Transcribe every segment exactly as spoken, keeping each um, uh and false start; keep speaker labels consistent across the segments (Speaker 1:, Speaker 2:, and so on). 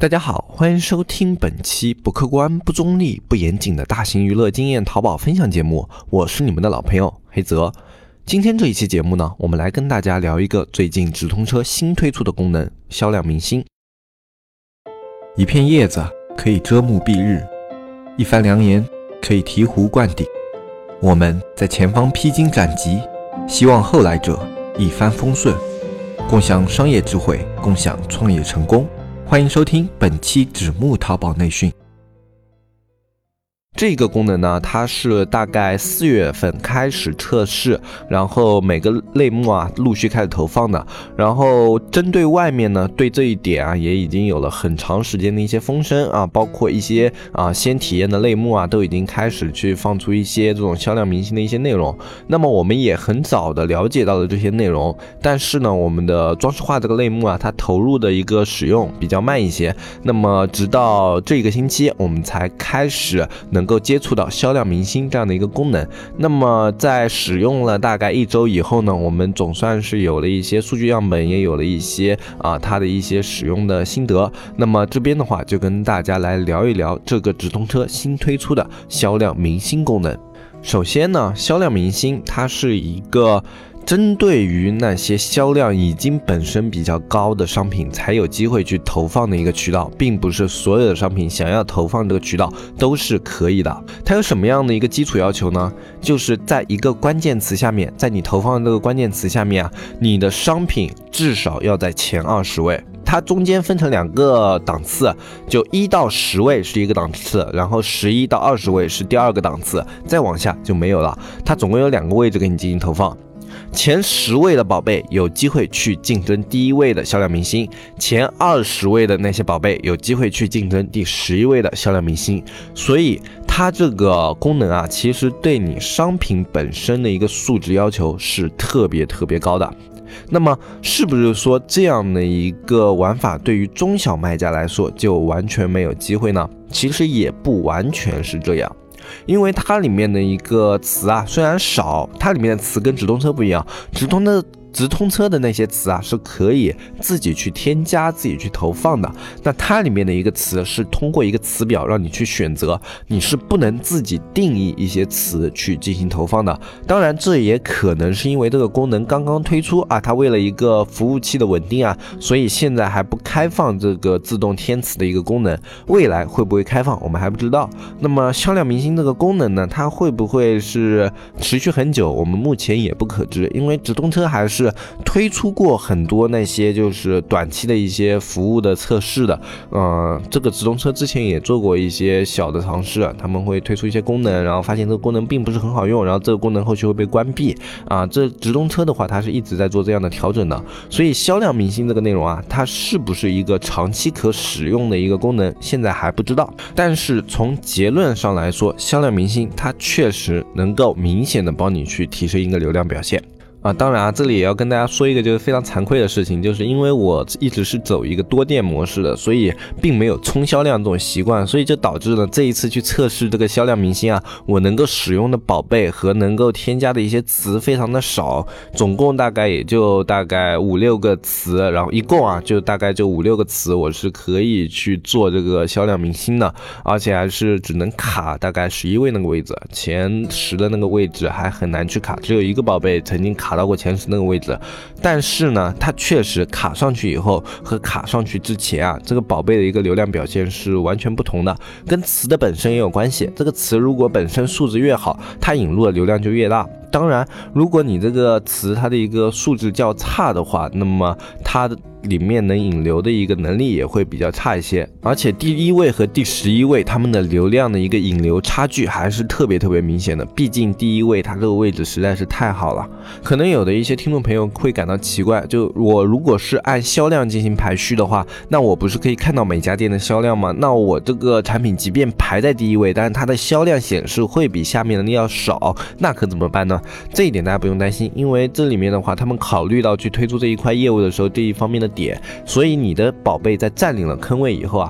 Speaker 1: 大家好，欢迎收听本期不客观、不中立、不严谨的大型娱乐经验淘宝分享节目，我是你们的老朋友黑泽。今天这一期节目呢，我们来跟大家聊一个最近直通车新推出的功能——销量明星。一片叶子可以遮目蔽日，一番良言可以醍醐灌顶。我们在前方披荆斩棘，希望后来者一帆风顺，共享商业智慧，共享创业成功。欢迎收听本期纸木淘宝内训。这个功能呢，它是大概四月份开始测试，然后每个类目啊陆续开始投放的。然后针对外面呢，对这一点啊也已经有了很长时间的一些风声啊，包括一些啊先体验的类目啊，都已经开始去放出一些这种销量明星的一些内容。那么我们也很早的了解到了这些内容，但是呢，我们的装饰画这个类目啊，它投入的一个使用比较慢一些。那么直到这个星期，我们才开始能能够接触到销量明星这样的一个功能。那么在使用了大概一周以后呢，我们总算是有了一些数据样本，也有了一些啊它的一些使用的心得。那么这边的话就跟大家来聊一聊这个直通车新推出的销量明星功能。首先呢，销量明星它是一个针对于那些销量已经本身比较高的商品才有机会去投放的一个渠道，并不是所有的商品想要投放这个渠道都是可以的。它有什么样的一个基础要求呢？就是在一个关键词下面，在你投放的这个关键词下面啊，你的商品至少要在前二十位。它中间分成两个档次，就一到十位是一个档次，然后十一到二十位是第二个档次，再往下就没有了。它总共有两个位置给你进行投放。前十位的宝贝有机会去竞争第一位的销量明星，前二十位的那些宝贝有机会去竞争第十一位的销量明星。所以它这个功能啊，其实对你商品本身的一个素质要求是特别特别高的。那么是不是说这样的一个玩法对于中小卖家来说就完全没有机会呢？其实也不完全是这样。因为它里面的一个词啊虽然少，它里面的词跟直通车不一样，直通的直通车的那些词啊是可以自己去添加自己去投放的，那它里面的一个词是通过一个词表让你去选择，你是不能自己定义一些词去进行投放的。当然这也可能是因为这个功能刚刚推出啊，它为了一个服务器的稳定啊，所以现在还不开放这个自动添词的一个功能，未来会不会开放我们还不知道。那么销量明星这个功能呢，它会不会是持续很久，我们目前也不可知，因为直通车还是推出过很多那些就是短期的一些服务的测试的。呃，这个直通车之前也做过一些小的尝试，他们会推出一些功能，然后发现这个功能并不是很好用，然后这个功能后续会被关闭啊。这直通车的话，它是一直在做这样的调整的。所以销量明星这个内容啊，它是不是一个长期可使用的一个功能，现在还不知道。但是从结论上来说，销量明星它确实能够明显的帮你去提升一个流量表现。啊，当然啊，这里也要跟大家说一个就是非常惭愧的事情，就是因为我一直是走一个多店模式的，所以并没有冲销量这种习惯，所以就导致了这一次去测试这个销量明星啊，我能够使用的宝贝和能够添加的一些词非常的少，总共大概也就大概五六个词，然后一共啊就大概就五六个词，我是可以去做这个销量明星的，而且还是只能卡大概十一位那个位置，前十的那个位置还很难去卡，只有一个宝贝曾经卡到过前十那个位置，但是呢它确实卡上去以后和卡上去之前啊，这个宝贝的一个流量表现是完全不同的，跟词的本身也有关系。这个词如果本身素质越好，它引入的流量就越大。当然如果你这个词它的一个素质较差的话，那么它的里面能引流的一个能力也会比较差一些，而且第一位和第十一位他们的流量的一个引流差距还是特别特别明显的，毕竟第一位它这个位置实在是太好了。可能有的一些听众朋友会感到奇怪，就我如果是按销量进行排序的话，那我不是可以看到每家店的销量吗？那我这个产品即便排在第一位，但是它的销量显示会比下面的要少，那可怎么办呢？这一点大家不用担心，因为这里面的话他们考虑到去推出这一块业务的时候这一方面的点，所以你的宝贝在占领了坑位以后啊，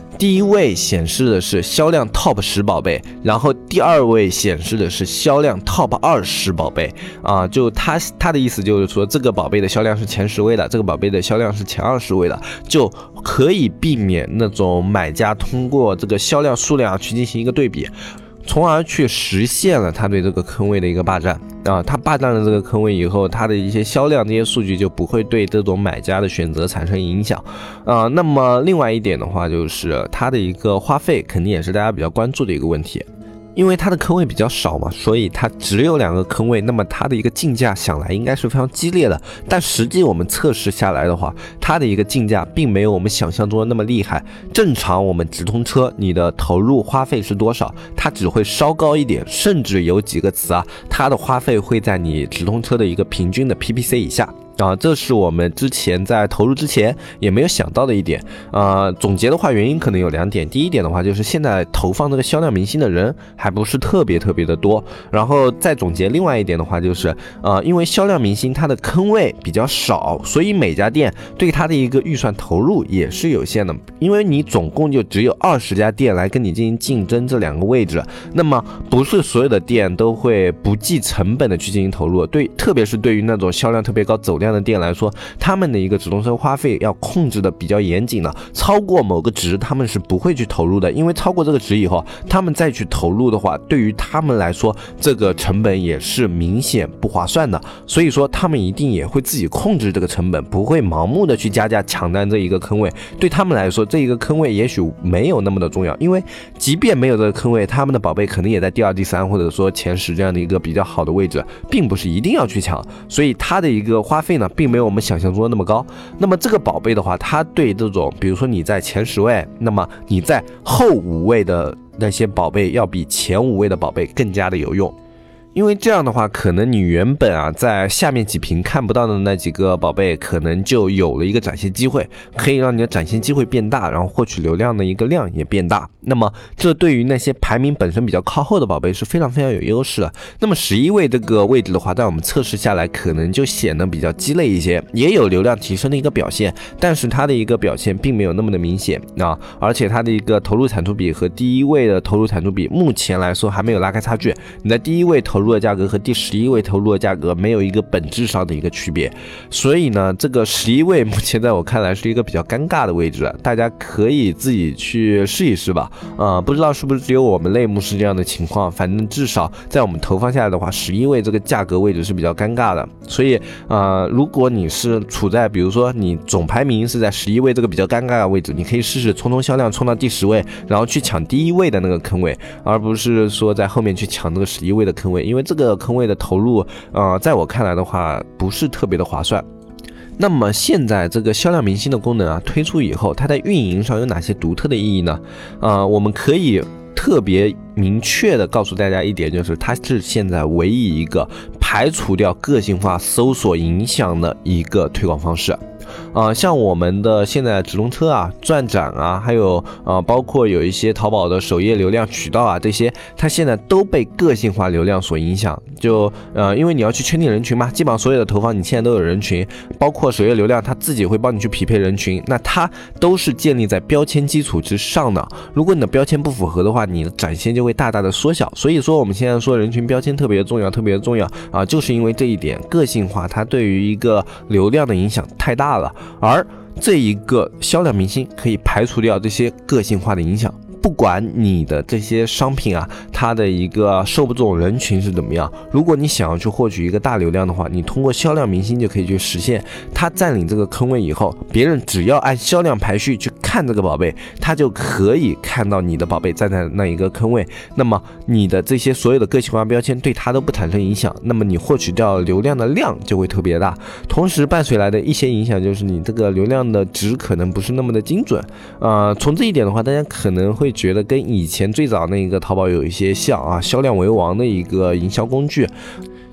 Speaker 1: 第一位显示的是销量 top 十宝贝，然后第二位显示的是销量 top 二十宝贝啊，就他他的意思就是说，这个宝贝的销量是前十位的，这个宝贝的销量是前二十位的，就可以避免那种买家通过这个销量数量去进行一个对比，从而去实现了他对这个坑位的一个霸占啊，他霸占了这个坑位以后，他的一些销量这些数据就不会对这种买家的选择产生影响啊。那么另外一点的话，就是他的一个花费肯定也是大家比较关注的一个问题。因为它的坑位比较少嘛，所以它只有两个坑位，那么它的一个竞价想来应该是非常激烈的。但实际我们测试下来的话，它的一个竞价并没有我们想象中的那么厉害。正常我们直通车你的投入花费是多少，它只会稍高一点，甚至有几个词啊，它的花费会在你直通车的一个平均的 P P C 以下。啊，这是我们之前在投入之前也没有想到的一点。呃，总结的话，原因可能有两点。第一点的话，就是现在投放这个销量明星的人还不是特别特别的多。然后再总结另外一点的话，就是呃，因为销量明星它的坑位比较少，所以每家店对它的一个预算投入也是有限的。因为你总共就只有二十家店来跟你进行竞争这两个位置，那么不是所有的店都会不计成本的去进行投入。对，特别是对于那种销量特别高、走量的店来说，他们的一个直通车花费要控制的比较严谨了，超过某个值他们是不会去投入的，因为超过这个值以后，他们再去投入的话，对于他们来说这个成本也是明显不划算的，所以说他们一定也会自己控制这个成本，不会盲目的去加价抢占这一个坑位。对他们来说，这一个坑位也许没有那么的重要，因为即便没有这个坑位，他们的宝贝可能也在第二、第三或者说前十这样的一个比较好的位置，并不是一定要去抢，所以它的一个花费呢，并没有没有我们想象中的那么高。那么这个宝贝的话，它对这种比如说你在前十位，那么你在后五位的那些宝贝要比前五位的宝贝更加的有用。因为这样的话，可能你原本啊在下面几屏看不到的那几个宝贝，可能就有了一个展现机会，可以让你的展现机会变大，然后获取流量的一个量也变大。那么这对于那些排名本身比较靠后的宝贝是非常非常有优势的。那么十一位这个位置的话，在我们测试下来，可能就显得比较鸡肋一些，也有流量提升的一个表现，但是它的一个表现并没有那么的明显啊，而且它的一个投入产出比和第一位的投入产出比，目前来说还没有拉开差距。你在第一位投入的价格和第十一位投入的价格没有一个本质上的一个区别，所以呢，这个十一位目前在我看来是一个比较尴尬的位置，大家可以自己去试一试吧。呃，不知道是不是只有我们类目是这样的情况，反正至少在我们投放下来的话，十一位这个价格位置是比较尴尬的。所以呃，如果你是处在比如说你总排名是在十一位这个比较尴尬的位置，你可以试试冲冲销量冲到第十位，然后去抢第一位的那个坑位，而不是说在后面去抢这个十一位的坑位，因为这个坑位的投入呃，在我看来的话不是特别的划算。那么现在这个销量明星的功能啊推出以后，它在运营上有哪些独特的意义呢？呃，我们可以特别明确的告诉大家一点，就是它是现在唯一一个排除掉个性化搜索影响的一个推广方式。呃，像我们的现在直通车啊、钻展啊，还有呃，包括有一些淘宝的首页流量渠道啊，这些它现在都被个性化流量所影响。就呃，因为你要去圈定人群嘛，基本上所有的投放你现在都有人群，包括首页流量，它自己会帮你去匹配人群，那它都是建立在标签基础之上的。如果你的标签不符合的话，你的展现就会大大的缩小。所以说我们现在说人群标签特别重要，特别重要啊、呃，就是因为这一点，个性化它对于一个流量的影响太大了。而这一个销量明星可以排除掉这些个性化的影响，不管你的这些商品啊，它的一个受众人群是怎么样，如果你想要去获取一个大流量的话，你通过销量明星就可以去实现。它占领这个坑位以后，别人只要按销量排序去看这个宝贝，他就可以看到你的宝贝站在那一个坑位，那么你的这些所有的个性化标签对它都不产生影响，那么你获取掉流量的量就会特别大。同时伴随来的一些影响就是你这个流量的值可能不是那么的精准。呃，从这一点的话，大家可能会觉得跟以前最早那个淘宝有一些像啊，销量为王的一个营销工具。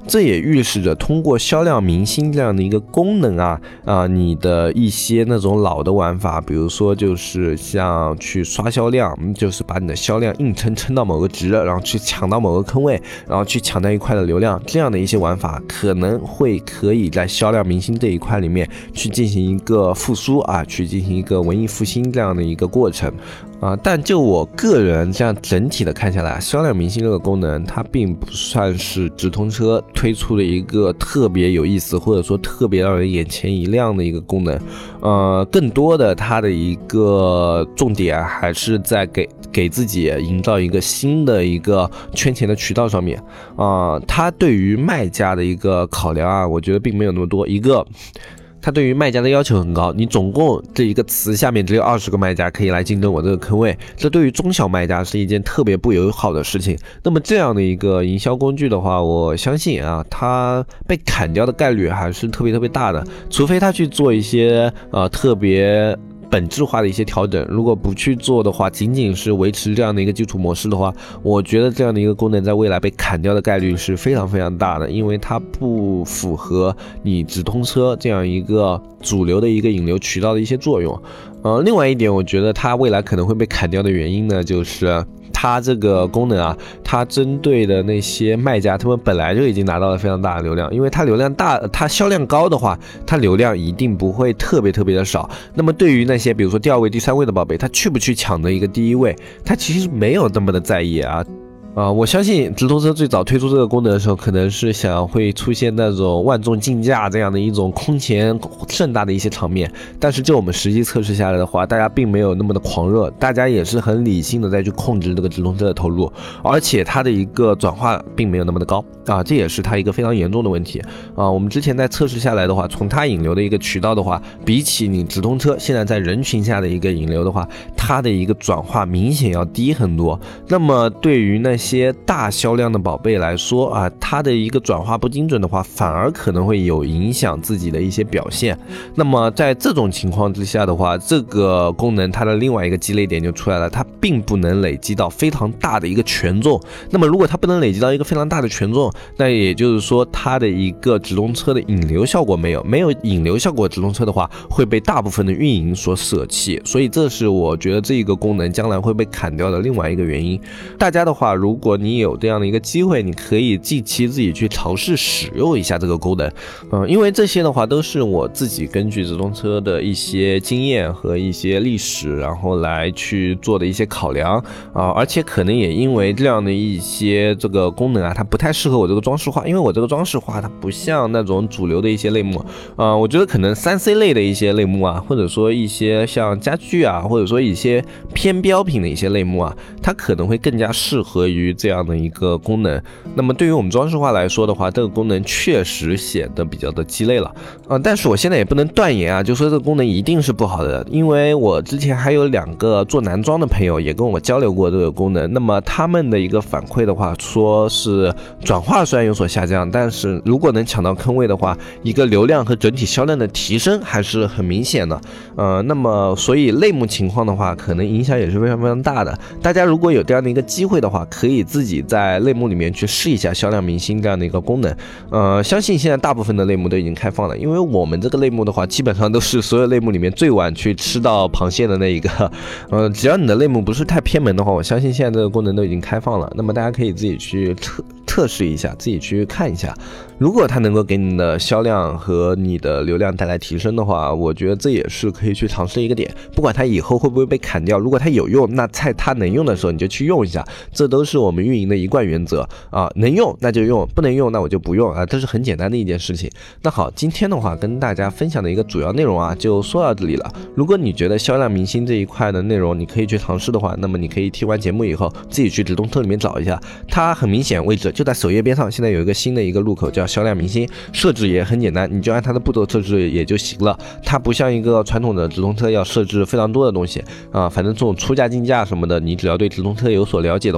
Speaker 1: 这也预示着通过销量明星这样的一个功能啊啊、呃，你的一些那种老的玩法，比如说就是像去刷销量，就是把你的销量硬撑撑到某个值，然后去抢到某个坑位，然后去抢那一块的流量，这样的一些玩法可能会可以在销量明星这一块里面去进行一个复苏啊，去进行一个文艺复兴这样的一个过程。啊，但就我个人这样整体的看下来，销量明星这个功能，它并不算是直通车推出的一个特别有意思，或者说特别让人眼前一亮的一个功能。呃，更多的它的一个重点还是在给给自己营造一个新的一个圈钱的渠道上面。啊、呃，它对于卖家的一个考量啊，我觉得并没有那么多。一个，它对于卖家的要求很高，你总共这一个词下面只有二十个卖家可以来竞争我这个坑位，这对于中小卖家是一件特别不友好的事情。那么这样的一个营销工具的话，我相信啊，它被砍掉的概率还是特别特别大的，除非它去做一些呃特别本质化的一些调整，如果不去做的话，仅仅是维持这样的一个基础模式的话，我觉得这样的一个功能在未来被砍掉的概率是非常非常大的，因为它不符合你直通车这样一个主流的一个引流渠道的一些作用。呃，另外一点，我觉得它未来可能会被砍掉的原因呢，就是它这个功能啊，它针对的那些卖家，他们本来就已经拿到了非常大的流量，因为它流量大，它销量高的话，它流量一定不会特别特别的少。那么对于那些比如说第二位、第三位的宝贝，他去不去抢的一个第一位，他其实没有那么的在意啊。啊、呃，我相信直通车最早推出这个功能的时候，可能是想会出现那种万众竞价这样的一种空前盛大的一些场面，但是就我们实际测试下来的话，大家并没有那么的狂热，大家也是很理性的在去控制这个直通车的投入，而且它的一个转化并没有那么的高啊，这也是它一个非常严重的问题啊。我们之前在测试下来的话，从它引流的一个渠道的话，比起你直通车现在在人群下的一个引流的话，它的一个转化明显要低很多。那么对于那些些大销量的宝贝来说啊，它的一个转化不精准的话，反而可能会有影响自己的一些表现。那么在这种情况之下的话，这个功能它的另外一个鸡肋点就出来了，它并不能累积到非常大的一个权重。那么如果它不能累积到一个非常大的权重，那也就是说它的一个直通车的引流效果没有，没有引流效果，直通车的话会被大部分的运营所舍弃。所以这是我觉得这个功能将来会被砍掉的另外一个原因。大家的话，如果你有这样的一个机会，你可以近期自己去尝试使用一下这个功能。嗯，因为这些的话都是我自己根据直通车的一些经验和一些历史，然后来去做的一些考量啊，而且可能也因为这样的一些这个功能啊，它不太适合我这个装饰画，因为我这个装饰画它不像那种主流的一些类目啊，我觉得可能 三 C 类的一些类目啊，或者说一些像家具啊，或者说一些偏标品的一些类目啊，它可能会更加适合于这样的一个功能。那么对于我们装饰画来说的话，这个功能确实显得比较的鸡肋了啊。但是我现在也不能断言啊，就说这个功能一定是不好的，因为我之前还有两个做男装的朋友也跟我交流过这个功能，那么他们的一个反馈的话，说是转化虽然有所下降，但是如果能抢到坑位的话，一个流量和整体销量的提升还是很明显的。呃，那么所以类目情况的话，可能影响也是非常非常大的。大家如果有这样的一个机会的话，可以自己在类目里面去试一下销量明星这样的一个功能。呃，相信现在大部分的类目都已经开放了，因为我们这个类目的话，基本上都是所有类目里面最晚去吃到螃蟹的那一个。呃，只要你的类目不是太偏门的话，我相信现在这个功能都已经开放了。那么大家可以自己去测测试一下，自己去看一下。如果它能够给你的销量和你的流量带来提升的话，我觉得这也是可以去尝试一个点。不管它以后会不会被砍掉，如果它有用，那在它能用的时候你就去用一下，这都是我们运营的一贯原则啊。能用那就用，不能用那我就不用啊，这是很简单的一件事情。那好，今天的话跟大家分享的一个主要内容啊，就说到这里了。如果你觉得销量明星这一块的内容你可以去尝试的话，那么你可以听完节目以后自己去直通车里面找一下，它很明显位置就在首页边上，现在有一个新的一个入口叫销量明星，设置也很简单，你就按它的步骤设置也就行了。它不像一个传统的直通车要设置非常多的东西啊，反正这种出价竞价什么的，你只要对直通车有所了解的话，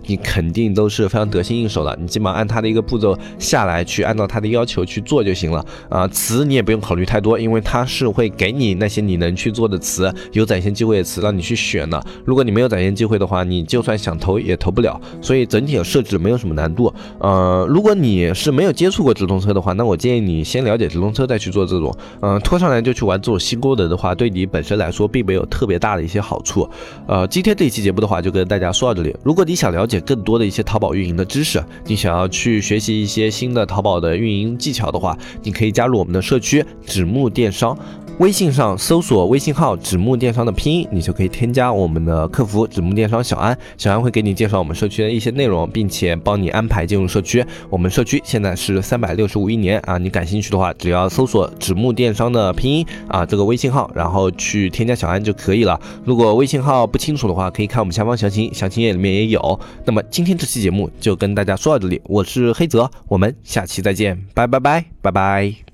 Speaker 1: 你肯定都是非常得心应手的，你基本上按它的一个步骤下来，去按照它的要求去做就行了啊、呃。词你也不用考虑太多，因为它是会给你那些你能去做的词，有展现机会的词让你去选的。如果你没有展现机会的话，你就算想投也投不了。所以整体的设置没有什么难度。呃，如果你是没有接触过直通车的话，那我建议你先了解直通车再去做这种，嗯、呃，拖上来就去玩这种新功能的话，对你本身来说并没有特别大的一些好处。呃，今天这一期节目的话就跟大家说到这里。如果你想了解更多的一些淘宝运营的知识，你想要去学习一些新的淘宝的运营技巧的话，你可以加入我们的社区纸木电商。微信上搜索微信号纸木电商的拼音，你就可以添加我们的客服纸木电商小安，小安会给你介绍我们社区的一些内容，并且帮你安排进入社区。我们社区现在是三百六十五一年啊，你感兴趣的话，只要搜索纸木电商的拼音啊这个微信号，然后去添加小安就可以了。如果微信号不清楚的话，可以看我们下方详情，详情页里面也有。那么今天这期节目就跟大家说到这里，我是黑泽，我们下期再见，拜拜拜拜拜。